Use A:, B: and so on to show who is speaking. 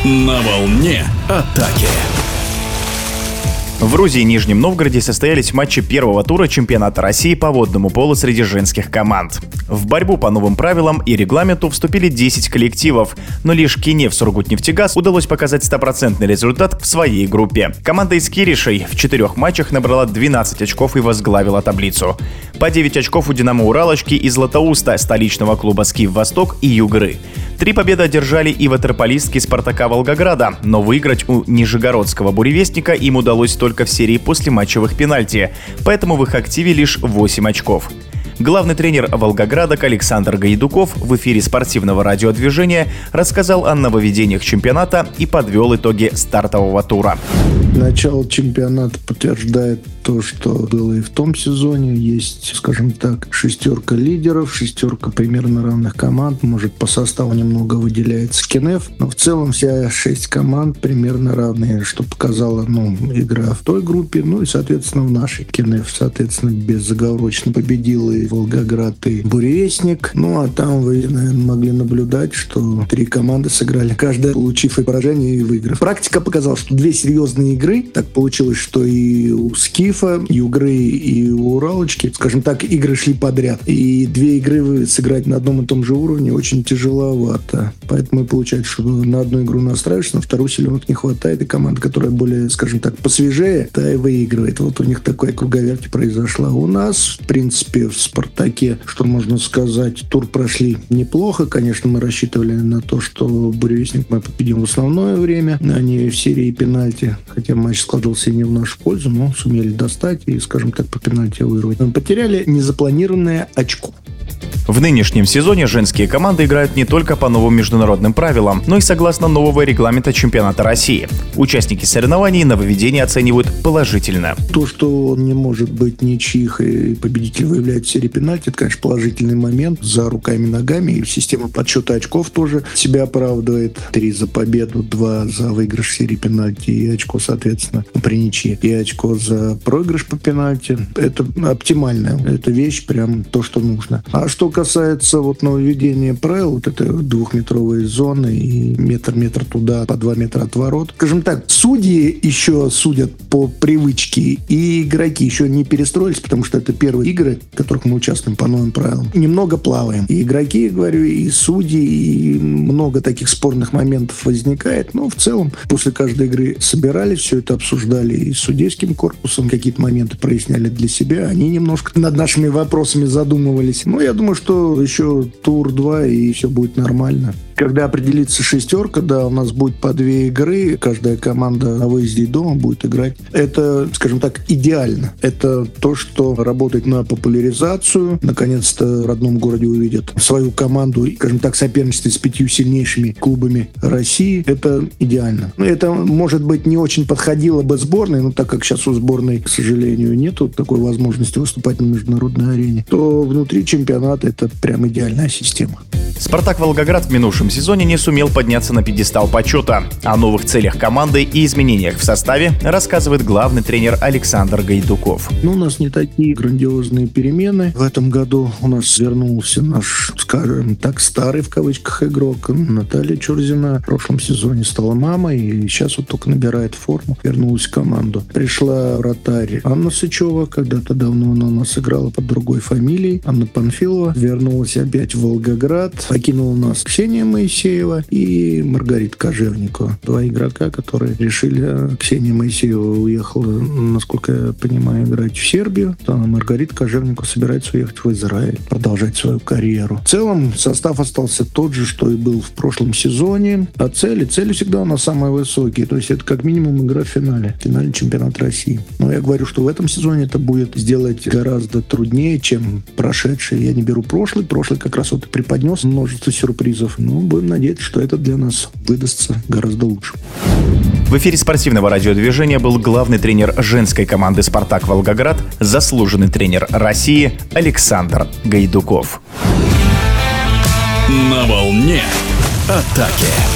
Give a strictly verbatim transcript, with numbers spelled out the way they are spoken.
A: На волне атаки.
B: В Рузе и Нижнем Новгороде состоялись матчи первого тура чемпионата России по водному полу среди женских команд. В борьбу по новым правилам и регламенту вступили десять коллективов, но лишь Кинев Сургутнефтегаз удалось показать стопроцентный результат в своей группе. Команда из Киришей в четырех матчах набрала двенадцать очков и возглавила таблицу. По девять очков у Динамо Уралочки и Златоуста, столичного клуба «Скиф Восток» и Югры. Три победы одержали и ватерполистки Спартака Волгограда, но выиграть у Нижегородского Буревестника им удалось только в серии послематчевых пенальти, поэтому в их активе лишь восемь очков. Главный тренер Волгограда Александр Гайдуков в эфире спортивного радиодвижения рассказал о нововведениях чемпионата и подвел итоги стартового тура.
C: Начало чемпионата подтверждает то, что было и в том сезоне. Есть, скажем так, шестерка лидеров, шестерка примерно равных команд. Может, по составу немного выделяется Кинев, но в целом все шесть команд примерно равные, что показала ну, игра в той группе, ну и, соответственно, в нашей. Кинев, соответственно, безоговорочно победил и Волгоград, и Буревестник. Ну, а там вы, наверное, могли наблюдать, что три команды сыграли, каждая получив и поражение, и выиграв. Практика показала, что две серьезные игры, так получилось, что и у Скифа, Югры и у Уралочки, скажем так, игры шли подряд. И две игры сыграть на одном и том же уровне очень тяжеловато. Поэтому и получается, что на одну игру настраиваешься, на вторую силенок не хватает, и команда, которая более, скажем так, посвежее, та и выигрывает. Вот у них такая круговерть произошла. У нас, в принципе, в «Спартаке», что можно сказать, тур прошли неплохо. Конечно, мы рассчитывали на то, что Буревестник мы победим в основное время, а не в серии пенальти. Хотя матч складывался и не в нашу пользу, но сумели достать и, скажем так, по пенальти вырвать. Мы потеряли незапланированное очко.
B: В нынешнем сезоне женские команды играют не только по новым международным правилам, но и согласно нового регламента чемпионата России. Участники соревнований нововведения оценивают положительно.
C: То, что он не может быть ничьих и победитель выявляет в серии пенальти, это, конечно, положительный момент. За руками и ногами. И система подсчета очков тоже себя оправдывает. Три за победу, два за выигрыш в серии пенальти и очко, соответственно, при ничьи. И очко за проигрыш по пенальти. Это оптимальная. Это вещь, прям то, что нужно. А что касается вот нововведения правил, вот этой двухметровой зоны и метр-метр туда, по два метра от ворот. Скажем так, судьи еще судят по привычке, и игроки еще не перестроились, потому что это первые игры, в которых мы участвуем по новым правилам. Немного плаваем. И игроки, говорю, и судьи, и много таких спорных моментов возникает. Но в целом после каждой игры собирались, все это обсуждали и с судейским корпусом, какие-то моменты проясняли для себя. Они немножко над нашими вопросами задумывались. Но я думаю, что еще тур два, и все будет нормально. Когда определится шестерка, да, у нас будет по две игры, каждая команда на выезде и дома будет играть. Это, скажем так, идеально. Это то, что работает на популяризацию. Наконец-то в родном городе увидят свою команду, скажем так, соперничестве с пятью сильнейшими клубами России. Это идеально. Это, может быть, не очень подходило бы сборной, но так как сейчас у сборной, к сожалению, нету такой возможности выступать на международной арене, то внутри чемпионата это прям идеальная система.
B: «Спартак Волгоград» в минувшем сезоне не сумел подняться на пьедестал почета. О новых целях команды и изменениях в составе рассказывает главный тренер Александр Гайдуков.
C: Ну, у нас не такие грандиозные перемены. В этом году у нас вернулся наш, скажем так, старый в кавычках игрок Наталья Чурзина. В прошлом сезоне стала мамой и сейчас вот только набирает форму. Вернулась в команду. Пришла вратарь Анна Сычева. Когда-то давно она у нас играла под другой фамилией. Анна Панфилова. Вернулась опять в Волгоград. Покинула нас Ксения Моисеева и Маргарита Кожевникова. Два игрока, которые решили. Ксения Моисеева уехала, насколько я понимаю, играть в Сербию. А Маргарита Кожевникова собирается уехать в Израиль, продолжать свою карьеру. В целом состав остался тот же, что и был в прошлом сезоне. А цели? Цели всегда у нас самые высокие. То есть это как минимум игра в финале. В финале чемпионата России. Но я говорю, что в этом сезоне это будет сделать гораздо труднее, чем прошедший. Я не беру прошлый. Прошлый как раз вот и преподнес множество сюрпризов. Но будем надеяться, что это для нас выдастся гораздо лучше.
B: В эфире спортивного радиодвижения был главный тренер женской команды «Спартак Волгоград», заслуженный тренер России Александр Гайдуков.
A: На волне атаки.